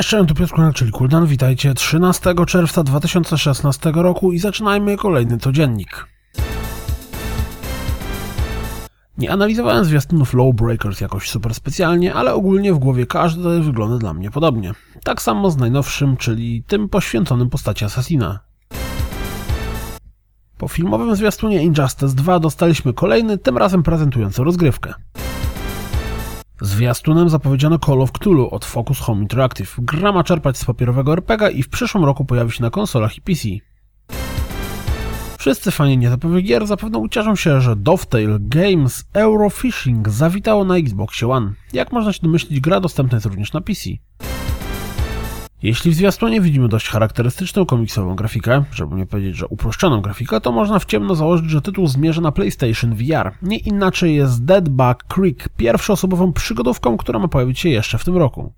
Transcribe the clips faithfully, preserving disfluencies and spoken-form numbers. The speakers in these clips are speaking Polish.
Cześć, tu Piotr, czyli Kuldan. Witajcie trzynastego czerwca dwa tysiące szesnastego roku i zaczynajmy kolejny codziennik. Nie analizowałem zwiastunów Lawbreakers jakoś super specjalnie, ale ogólnie w głowie każdy wygląda dla mnie podobnie. Tak samo z najnowszym, czyli tym poświęconym postaci Assassina. Po filmowym zwiastunie Injustice dwa dostaliśmy kolejny, tym razem prezentujący rozgrywkę. Zwiastunem zapowiedziano Call of Cthulhu od Focus Home Interactive. Gra ma czerpać z papierowego er pe ga i w przyszłym roku pojawi się na konsolach i P C. Wszyscy fani nietopowych gier zapewne ucieszą się, że Dovetail Games Eurofishing zawitało na Xbox One. Jak można się domyślić, gra dostępna jest również na P C. Jeśli w zwiastunie widzimy dość charakterystyczną komiksową grafikę, żeby nie powiedzieć, że uproszczoną grafikę, to można w ciemno założyć, że tytuł zmierza na PlayStation V R. Nie inaczej jest Dead Bug Creek, pierwszoosobową przygodówką, która ma pojawić się jeszcze w tym roku.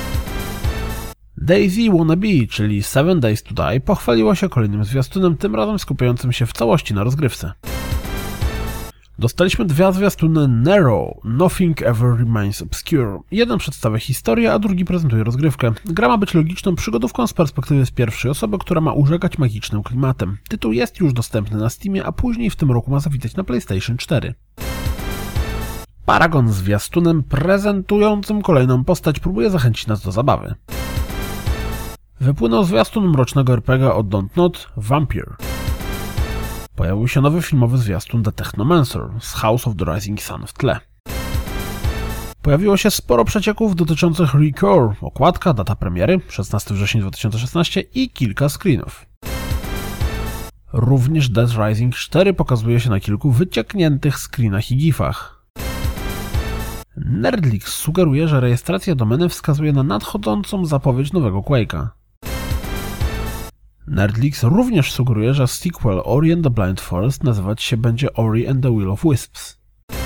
Daisy Wannabe, czyli Seven Days to Die, pochwaliła się kolejnym zwiastunem, tym razem skupiającym się w całości na rozgrywce. Dostaliśmy dwa zwiastuny Narrow, Nothing Ever Remains Obscure. Jeden przedstawia historię, a drugi prezentuje rozgrywkę. Gra ma być logiczną przygodówką z perspektywy z pierwszej osoby, która ma urzekać magicznym klimatem. Tytuł jest już dostępny na Steamie, a później w tym roku ma zawitać na PlayStation cztery. Paragon z zwiastunem prezentującym kolejną postać próbuje zachęcić nas do zabawy. Wypłynął zwiastun mrocznego er pe ga od Don't Not, Vampire. Pojawił się nowy filmowy zwiastun The Technomancer z House of the Rising Sun w tle. Pojawiło się sporo przecieków dotyczących Recore, okładka, data premiery szesnastego września dwa tysiące szesnastego i kilka screenów. Również Dead Rising cztery pokazuje się na kilku wyciekniętych screenach i gifach. Nerdlix sugeruje, że rejestracja domeny wskazuje na nadchodzącą zapowiedź nowego Quake'a. Nerdlix również sugeruje, że sequel Ori and the Blind Forest nazywać się będzie Ori and the Will of Wisps.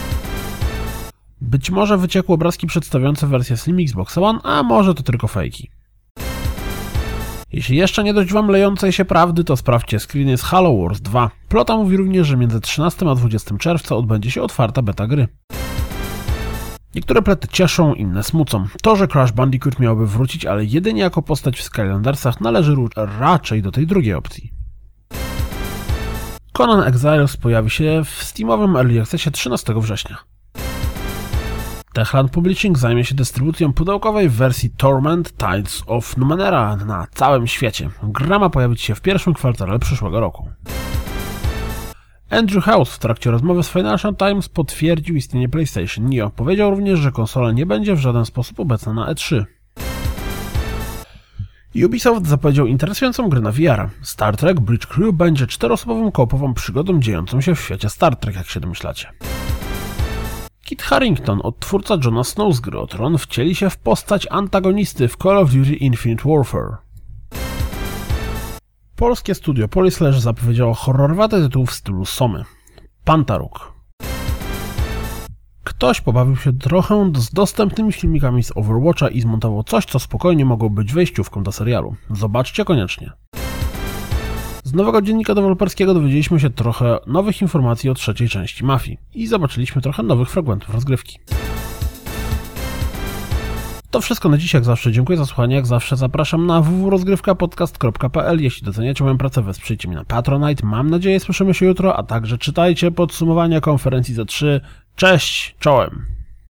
Być może wyciekły obrazki przedstawiające wersję Slim Xbox One, a może to tylko fejki. Jeśli jeszcze nie dość wam lejącej się prawdy, to sprawdźcie screeny z Halo Wars dwa. Plota mówi również, że między trzynastego a dwudziestego czerwca odbędzie się otwarta beta gry. Niektóre plety cieszą, inne smucą. To, że Crash Bandicoot miałby wrócić, ale jedynie jako postać w Skylandersach, należy raczej do tej drugiej opcji. Conan Exiles pojawi się w Steamowym Early Accessie trzynastego września. Techland Publishing zajmie się dystrybucją pudełkowej wersji Torment Tides of Numenera na całym świecie. Gra ma pojawić się w pierwszym kwartale przyszłego roku. Andrew House w trakcie rozmowy z Financial Times potwierdził istnienie PlayStation Neo. Powiedział również, że konsola nie będzie w żaden sposób obecna na E trzy. Ubisoft zapowiedział interesującą grę na V R. Star Trek Bridge Crew będzie czteroosobową koopową przygodą dziejącą się w świecie Star Trek, jak się domyślacie. Kit Harington, odtwórca Jona Snow z gry o Tron, wcieli się w postać antagonisty w Call of Duty Infinite Warfare. Polskie studio Polislash zapowiedziało horrorowaty tytuł w stylu Somy. Pantaruk. Ktoś pobawił się trochę z dostępnymi filmikami z Overwatcha i zmontował coś, co spokojnie mogło być wejściówką do serialu. Zobaczcie koniecznie. Z nowego dziennika deweloperskiego dowiedzieliśmy się trochę nowych informacji o trzeciej części Mafii i zobaczyliśmy trochę nowych fragmentów rozgrywki. To wszystko na dziś, jak zawsze. Dziękuję za słuchanie, jak zawsze zapraszam na w w w rozgrywka podcast kropka p l. Jeśli doceniacie moją pracę, wesprzyjcie mnie na Patronite. Mam nadzieję, słyszymy się jutro, a także czytajcie podsumowania konferencji Z trzy. Cześć, czołem!